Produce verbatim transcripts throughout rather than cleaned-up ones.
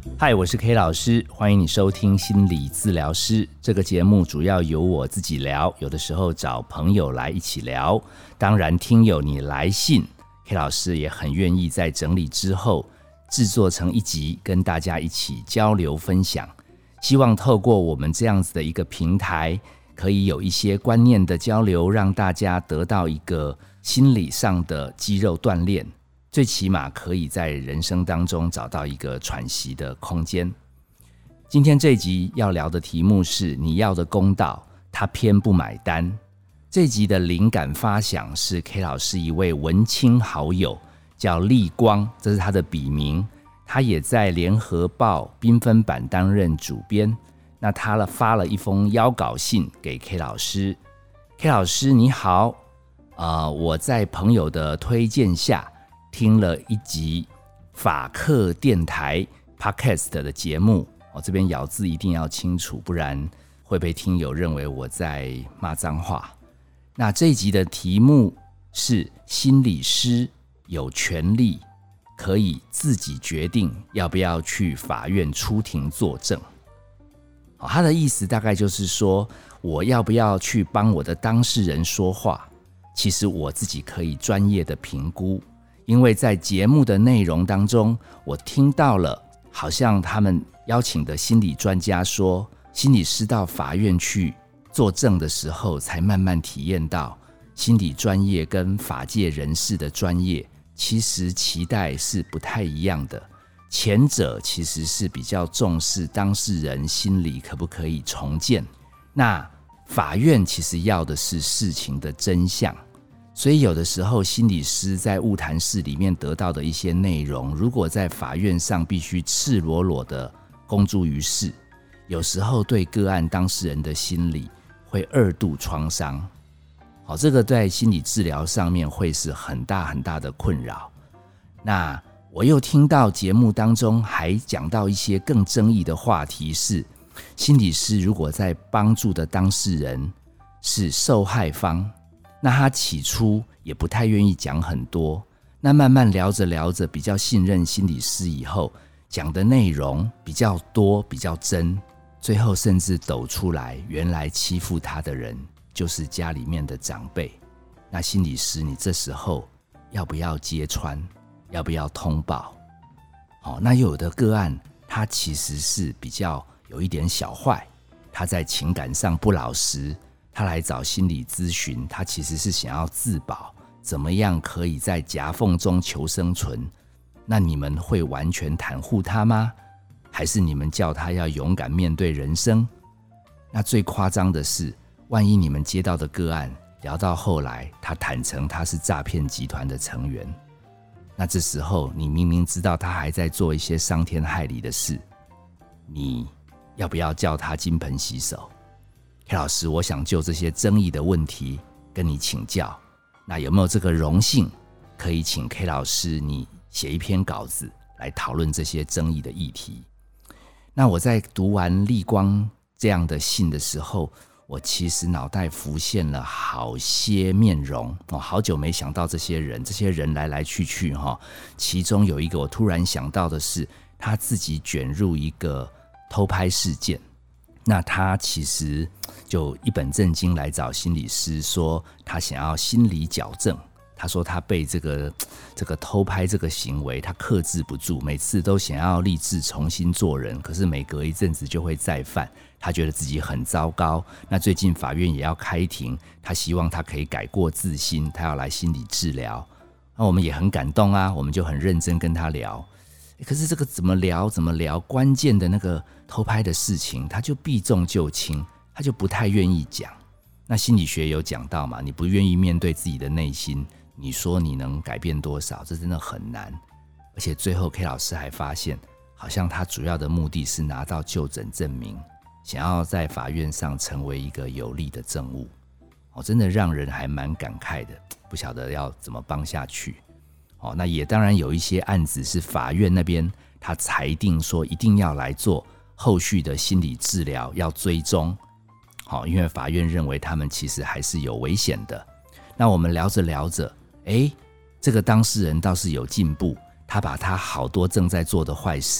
嗨，我是 K 老师，欢迎你收听心理治疗师。这个节目主要由我自己聊，有的时候找朋友来一起聊。当然，听友你来信 ，K 老师也很愿意在整理之后制作成一集，跟大家一起交流分享。希望透过我们这样子的一个平台，可以有一些观念的交流，让大家得到一个心理上的肌肉锻炼。最起码可以在人生当中找到一个喘息的空间。今天这一集要聊的题目是你要的公道，他偏不买单。这一集的灵感发想是 K 老师一位文青好友，叫立光，这是他的笔名。他也在联合报缤纷版担任主编。那他发了一封邀稿信给 K 老师。K 老师你好，呃、我在朋友的推荐下听了一集法客电台 Podcast 的节目，我这边咬字一定要清楚，不然会被听友认为我在骂脏话。那这一集的题目是心理师有权利可以自己决定要不要去法院出庭作证。他的意思大概就是说，我要不要去帮我的当事人说话，其实我自己可以专业的评估。因为在节目的内容当中，我听到了好像他们邀请的心理专家说，心理师到法院去作证的时候，才慢慢体验到心理专业跟法界人士的专业其实期待是不太一样的。前者其实是比较重视当事人心理可不可以重建，那法院其实要的是事情的真相。所以有的时候心理师在晤谈室里面得到的一些内容，如果在法院上必须赤裸裸的公诸于世，有时候对个案当事人的心理会二度创伤。好，这个在心理治疗上面会是很大很大的困扰。那我又听到节目当中还讲到一些更争议的话题，是心理师如果在帮助的当事人是受害方，那他起初也不太愿意讲很多，那慢慢聊着聊着比较信任心理师以后，讲的内容比较多比较真，最后甚至抖出来原来欺负他的人就是家里面的长辈。那心理师你这时候要不要揭穿，要不要通报？哦，那有的个案他其实是比较有一点小坏，他在情感上不老实，他来找心理咨询，他其实是想要自保，怎么样可以在夹缝中求生存。那你们会完全袒护他吗？还是你们叫他要勇敢面对人生？那最夸张的是，万一你们接到的个案聊到后来，他坦诚他是诈骗集团的成员，那这时候你明明知道他还在做一些伤天害理的事，你要不要叫他金盆洗手？K 老师，我想就这些争议的问题跟你请教，那有没有这个荣幸可以请 K 老师你写一篇稿子来讨论这些争议的议题？那我在读完立光这样的信的时候，我其实脑袋浮现了好些面容，哦，好久没想到这些人，这些人来来去去，哦，其中有一个我突然想到的是，他自己卷入一个偷拍事件。那他其实就一本正经来找心理师说，他想要心理矫正。他说他被这个这个偷拍这个行为他克制不住，每次都想要立志重新做人，可是每隔一阵子就会再犯，他觉得自己很糟糕。那最近法院也要开庭，他希望他可以改过自新，他要来心理治疗。那我们也很感动啊，我们就很认真跟他聊。可是这个怎么聊怎么聊，关键的那个偷拍的事情他就避重就轻，他就不太愿意讲。那心理学有讲到嘛，你不愿意面对自己的内心，你说你能改变多少，这真的很难。而且最后 K 老师还发现，好像他主要的目的是拿到就诊证明，想要在法院上成为一个有力的证物。哦，真的让人还蛮感慨的，不晓得要怎么帮下去。哦，那也当然有一些案子是法院那边他裁定说一定要来做后续的心理治疗，要追踪。哦，因为法院认为他们其实还是有危险的。那我们聊着聊着，诶，这个当事人倒是有进步，他把他好多正在做的坏事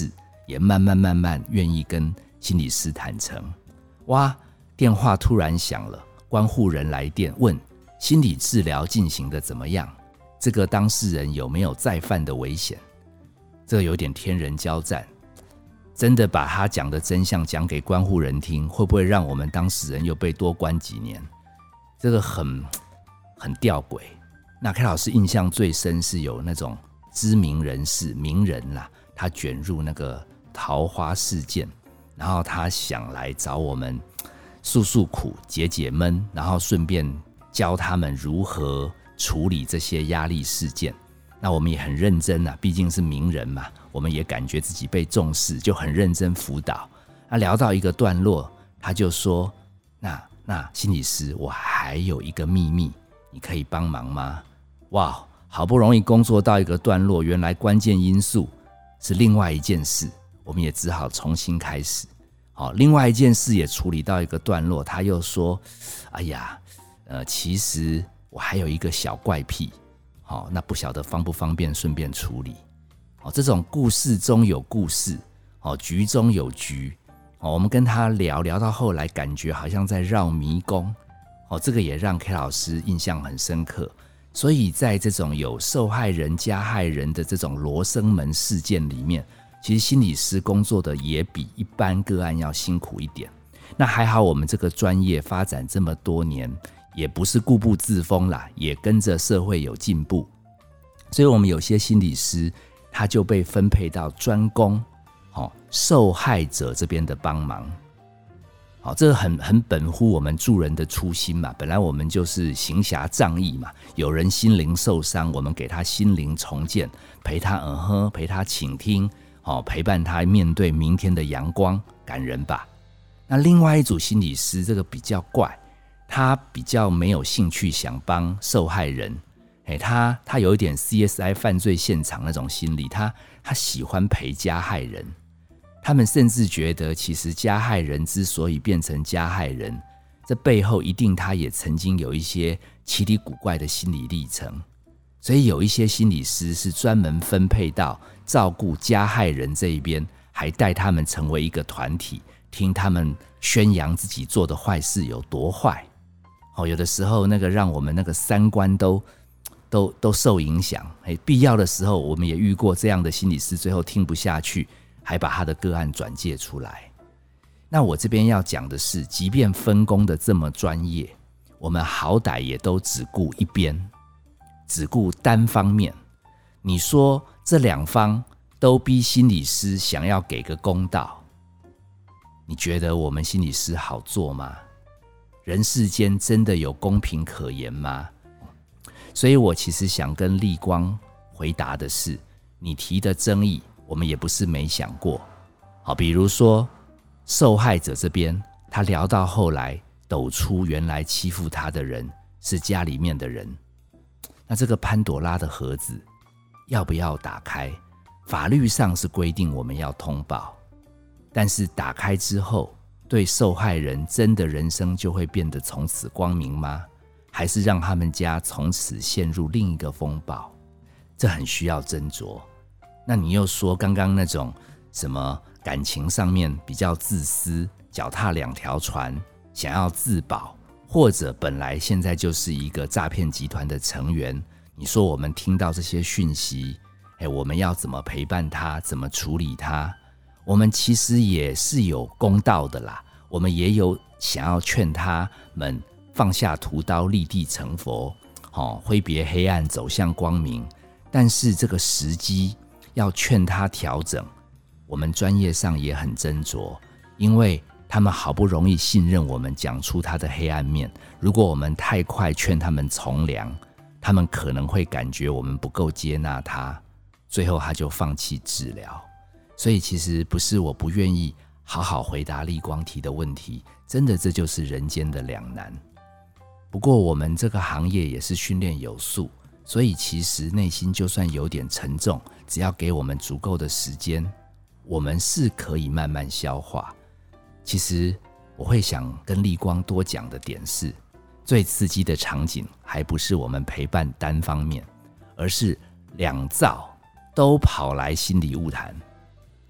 也慢慢慢慢愿意跟心理师坦诚。哇，电话突然响了，关护人来电问心理治疗进行的怎么样，这个当事人有没有再犯的危险。这个有点天人交战，真的把他讲的真相讲给关护人听，会不会让我们当事人又被多关几年？这个很很吊诡。那 K 老师印象最深是有那种知名人士名人啦，他卷入那个桃花事件，然后他想来找我们诉诉苦解解闷，然后顺便教他们如何处理这些压力事件。那我们也很认真啊，毕竟是名人嘛，我们也感觉自己被重视，就很认真辅导。那聊到一个段落，他就说那那心理师，我还有一个秘密，你可以帮忙吗？哇，好不容易工作到一个段落，原来关键因素是另外一件事，我们也只好重新开始。好，另外一件事也处理到一个段落，他又说哎呀呃，其实我还有一个小怪癖，好，那不晓得方不方便顺便处理。好，这种故事中有故事，好，局中有局。好，我们跟他聊聊到后来，感觉好像在绕迷宫。好，这个也让 K 老师印象很深刻。所以在这种有受害人加害人的这种罗生门事件里面，其实心理师工作的也比一般个案要辛苦一点。那还好我们这个专业发展这么多年，也不是固步自封啦，也跟着社会有进步。所以我们有些心理师他就被分配到专攻、哦、受害者这边的帮忙。好，这很很本乎我们助人的初心嘛，本来我们就是行侠仗义嘛，有人心灵受伤，我们给他心灵重建，陪他嗯哼，陪他倾听，哦，陪伴他面对明天的阳光，感人吧。那另外一组心理师，这个比较怪，他比较没有兴趣想帮受害人，欸、他, 他有一点 C S I 犯罪现场那种心理， 他, 他喜欢陪加害人。他们甚至觉得其实加害人之所以变成加害人，这背后一定他也曾经有一些奇离古怪的心理历程。所以有一些心理师是专门分配到照顾加害人这一边，还带他们成为一个团体，听他们宣扬自己做的坏事有多坏。有的时候那个让我们那个三观都都, 都受影响。必要的时候我们也遇过这样的心理师，最后听不下去，还把他的个案转介出来。那我这边要讲的是，即便分工的这么专业，我们好歹也都只顾一边，只顾单方面。你说这两方都逼心理师想要给个公道，你觉得我们心理师好做吗？人世间真的有公平可言吗？所以我其实想跟立光回答的是，你提的争议我们也不是没想过。好，比如说受害者这边，他聊到后来抖出原来欺负他的人是家里面的人，那这个潘朵拉的盒子要不要打开？法律上是规定我们要通报，但是打开之后，对受害人真的人生就会变得从此光明吗？还是让他们家从此陷入另一个风暴？这很需要斟酌。那你又说刚刚那种什么感情上面比较自私，脚踏两条船，想要自保，或者本来现在就是一个诈骗集团的成员，你说我们听到这些讯息，欸、我们要怎么陪伴他，怎么处理他？我们其实也是有公道的啦，我们也有想要劝他们放下屠刀，立地成佛，哦，挥别黑暗，走向光明。但是这个时机要劝他调整，我们专业上也很斟酌，因为他们好不容易信任我们，讲出他的黑暗面，如果我们太快劝他们从良，他们可能会感觉我们不够接纳他，最后他就放弃治疗。所以其实不是我不愿意好好回答立光提的问题，真的这就是人间的两难。不过我们这个行业也是训练有素，所以其实内心就算有点沉重，只要给我们足够的时间，我们是可以慢慢消化。其实我会想跟立光多讲的点是，最刺激的场景还不是我们陪伴单方面，而是两造都跑来心理晤谈。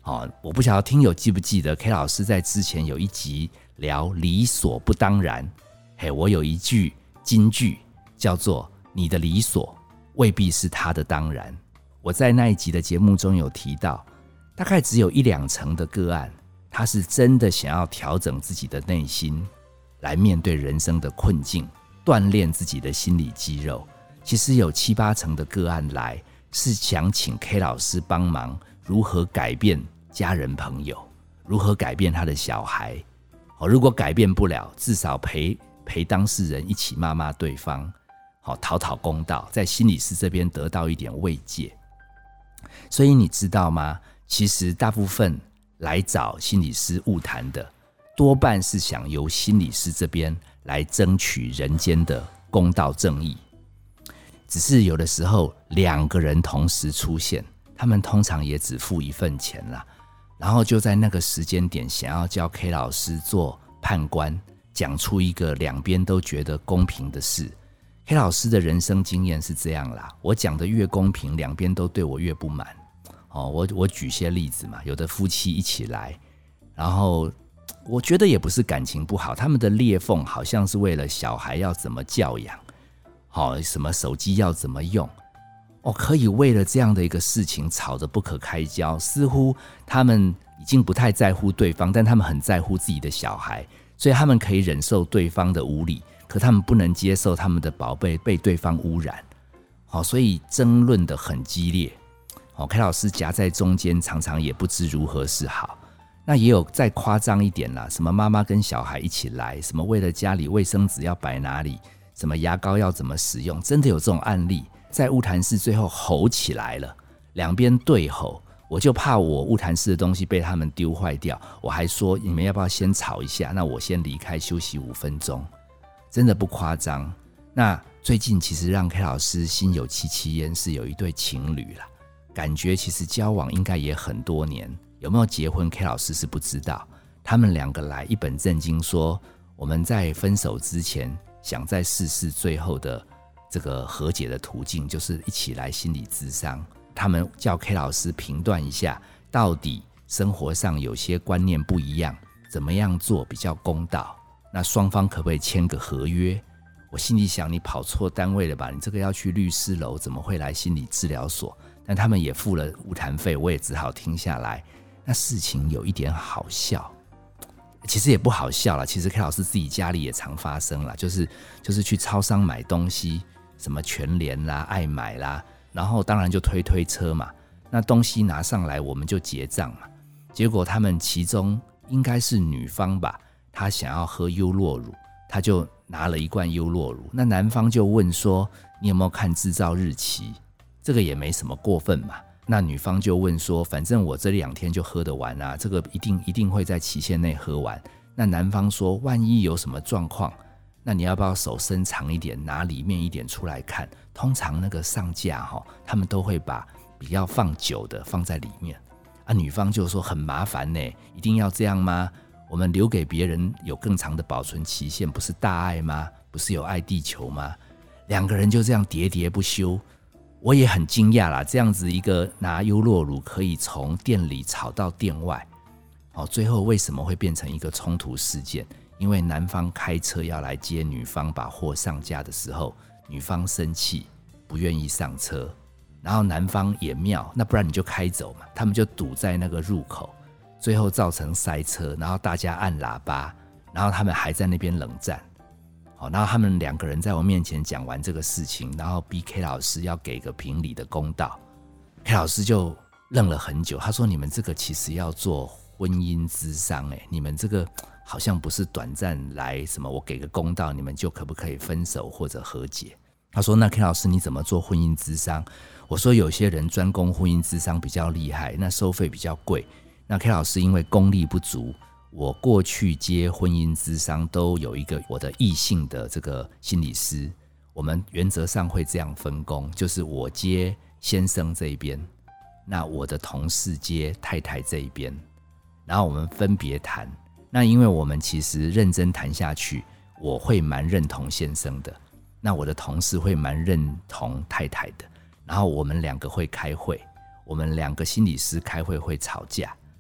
哦，我不晓得听友记不记得 K 老师在之前有一集聊理所不当然，嘿，我有一句金句叫做你的理所未必是他的当然。我在那一集的节目中有提到，大概只有一两成的个案，他是真的想要调整自己的内心，来面对人生的困境，锻炼自己的心理肌肉。其实有七八成的个案来，是想请 K 老师帮忙如何改变家人朋友，如何改变他的小孩。如果改变不了，至少陪陪当事人一起骂骂对方，讨讨公道，在心理师这边得到一点慰藉。所以你知道吗？其实大部分来找心理师晤谈的，多半是想由心理师这边来争取人间的公道正义。只是有的时候两个人同时出现，他们通常也只付一份钱啦，然后就在那个时间点想要叫 K 老师做判官，讲出一个两边都觉得公平的事。K 老师的人生经验是这样啦，我讲的越公平，两边都对我越不满。哦，我我举些例子嘛，有的夫妻一起来，然后我觉得也不是感情不好，他们的裂缝好像是为了小孩要怎么教养，哦，什么手机要怎么用，哦，可以为了这样的一个事情吵得不可开交，似乎他们已经不太在乎对方，但他们很在乎自己的小孩，所以他们可以忍受对方的无理，可他们不能接受他们的宝贝被对方污染，哦，所以争论得很激烈。哦，K 老师夹在中间，常常也不知如何是好。那也有再夸张一点啦，什么妈妈跟小孩一起来，什么为了家里卫生纸要摆哪里，什么牙膏要怎么使用，真的有这种案例，在晤谈室最后吼起来了，两边对吼，我就怕我晤谈室的东西被他们丢坏掉，我还说你们要不要先吵一下，那我先离开休息五分钟，真的不夸张。那最近其实让 K 老师心有戚戚焉，是有一对情侣啦，感觉其实交往应该也很多年，有没有结婚 K 老师是不知道。他们两个来一本正经说，我们在分手之前想再试试最后的这个和解的途径，就是一起来心理咨商。他们叫 K 老师评断一下，到底生活上有些观念不一样，怎么样做比较公道，那双方可不可以签个合约。我心里想，你跑错单位了吧，你这个要去律师楼，怎么会来心理治疗所？但他们也付了晤谈费，我也只好听下来。那事情有一点好笑，其实也不好笑啦，其实 K 老师自己家里也常发生啦，就是就是去超商买东西，什么全联啦、爱买啦，然后当然就推推车嘛，那东西拿上来我们就结账嘛。结果他们其中应该是女方吧，她想要喝优酪乳，她就拿了一罐优酪乳，那男方就问说，你有没有看制造日期？这个也没什么过分嘛。那女方就问说，反正我这两天就喝得完啊，这个一定一定会在期限内喝完。那男方说，万一有什么状况，那你要不要手伸长一点，拿里面一点出来看？通常那个上架他们都会把比较放久的放在里面啊。女方就说很麻烦呢，一定要这样吗？我们留给别人有更长的保存期限，不是大爱吗？不是有爱地球吗？两个人就这样喋喋不休。我也很惊讶啦，这样子一个拿优酪乳可以从店里吵到店外，哦，最后为什么会变成一个冲突事件？因为男方开车要来接女方把货上架的时候，女方生气不愿意上车，然后男方也妙，那不然你就开走嘛，他们就堵在那个入口，最后造成塞车，然后大家按喇叭，然后他们还在那边冷战。好，然后他们两个人在我面前讲完这个事情，然后逼 K 老师要给个评理的公道。K 老师就愣了很久，他说：“你们这个其实要做婚姻咨商，哎，你们这个好像不是短暂来什么，我给个公道，你们就可不可以分手或者和解？”他说：“那 K 老师你怎么做婚姻咨商？”我说：“有些人专攻婚姻咨商比较厉害，那收费比较贵。那 K 老师因为功力不足。”我过去接婚姻諮商都有一个我的异性的这个心理师，我们原则上会这样分工，就是我接先生这一边，那我的同事接太太这一边，然后我们分别谈。那因为我们其实认真谈下去，我会蛮认同先生的，那我的同事会蛮认同太太的，然后我们两个会开会，我们两个心理师开会会吵架。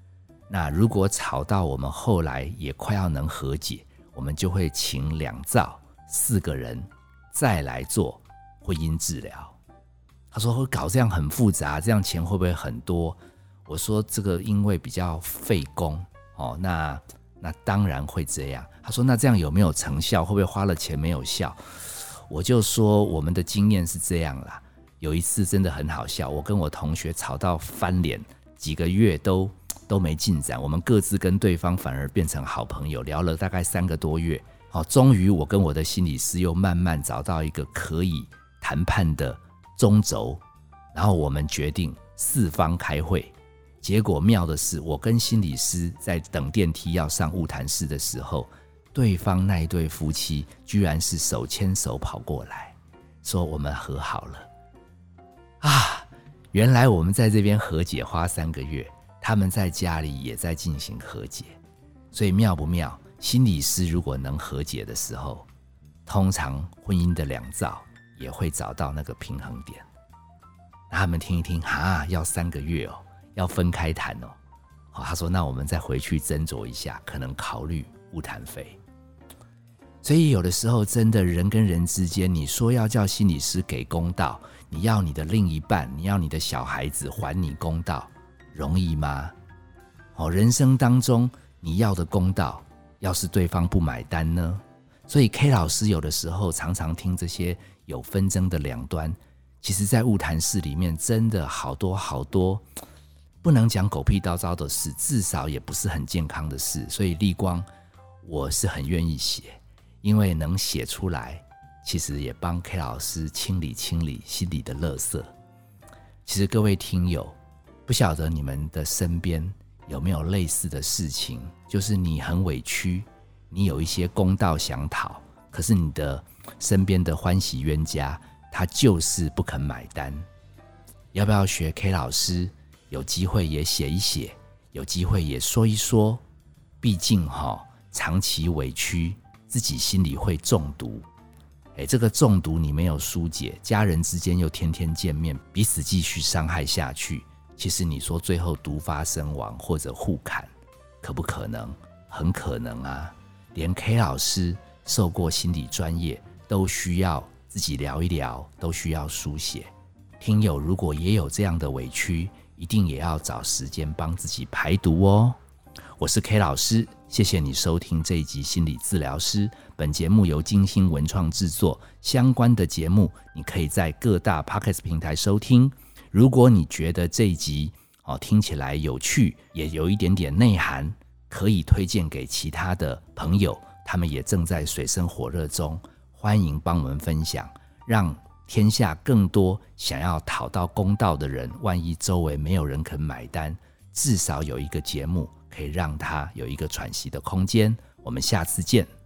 那如果吵到我们后来也快要能和解，我们就会请两造四个人再来做婚姻治疗。他说会搞这样很复杂，这样钱会不会很多？我说这个因为比较费工、哦、那那当然会这样。他说那这样有没有成效？会不会花了钱没有效？我就说我们的经验是这样啦。有一次真的很好笑，我跟我同学吵到翻脸，几个月都都没进展，我们各自跟对方反而变成好朋友，聊了大概三个多月。好，终于我跟我的心理师又慢慢找到一个可以谈判的中轴，然后我们决定四方开会。结果妙的是，我跟心理师在等电梯要上晤谈室的时候，对方那一对夫妻居然是手牵手跑过来，说我们和好了啊！原来我们在这边和解花三个月，他们在家里也在进行和解。所以妙不妙？心理师如果能和解的时候，通常婚姻的两造也会找到那个平衡点。那他们听一听，哈，要三个月哦，要分开谈哦。好，他说那我们再回去斟酌一下，可能考虑晤谈费。所以有的时候真的人跟人之间，你说要叫心理师给公道，你要你的另一半，你要你的小孩子还你公道，容易吗？哦，人生当中你要的公道，要是对方不买单呢？所以 K 老师有的时候常常听这些有纷争的两端，其实在晤谈室里面真的好多好多，不能讲狗屁叨叨的事，至少也不是很健康的事。所以立光我是很愿意写，因为能写出来，其实也帮 K 老师清理清理心里的垃圾。其实各位听友，不晓得你们的身边有没有类似的事情，就是你很委屈，你有一些公道想讨，可是你的身边的欢喜冤家他就是不肯买单。要不要学 K 老师，有机会也写一写，有机会也说一说，毕竟、哦、长期委屈自己心里会中毒。诶，这个中毒你没有疏解，家人之间又天天见面，彼此继续伤害下去，其实你说最后毒发身亡或者互砍，可不可能？很可能啊。连 K 老师受过心理专业，都需要自己聊一聊，都需要书写。听友如果也有这样的委屈，一定也要找时间帮自己排毒哦。我是 K 老师，谢谢你收听这一集心理治疗师。本节目由金星文创制作，相关的节目你可以在各大 Podcast 平台收听。如果你觉得这一集、哦、听起来有趣，也有一点点内涵，可以推荐给其他的朋友，他们也正在水深火热中，欢迎帮我们分享，让天下更多想要讨到公道的人，万一周围没有人肯买单，至少有一个节目可以让他有一个喘息的空间。我们下次见。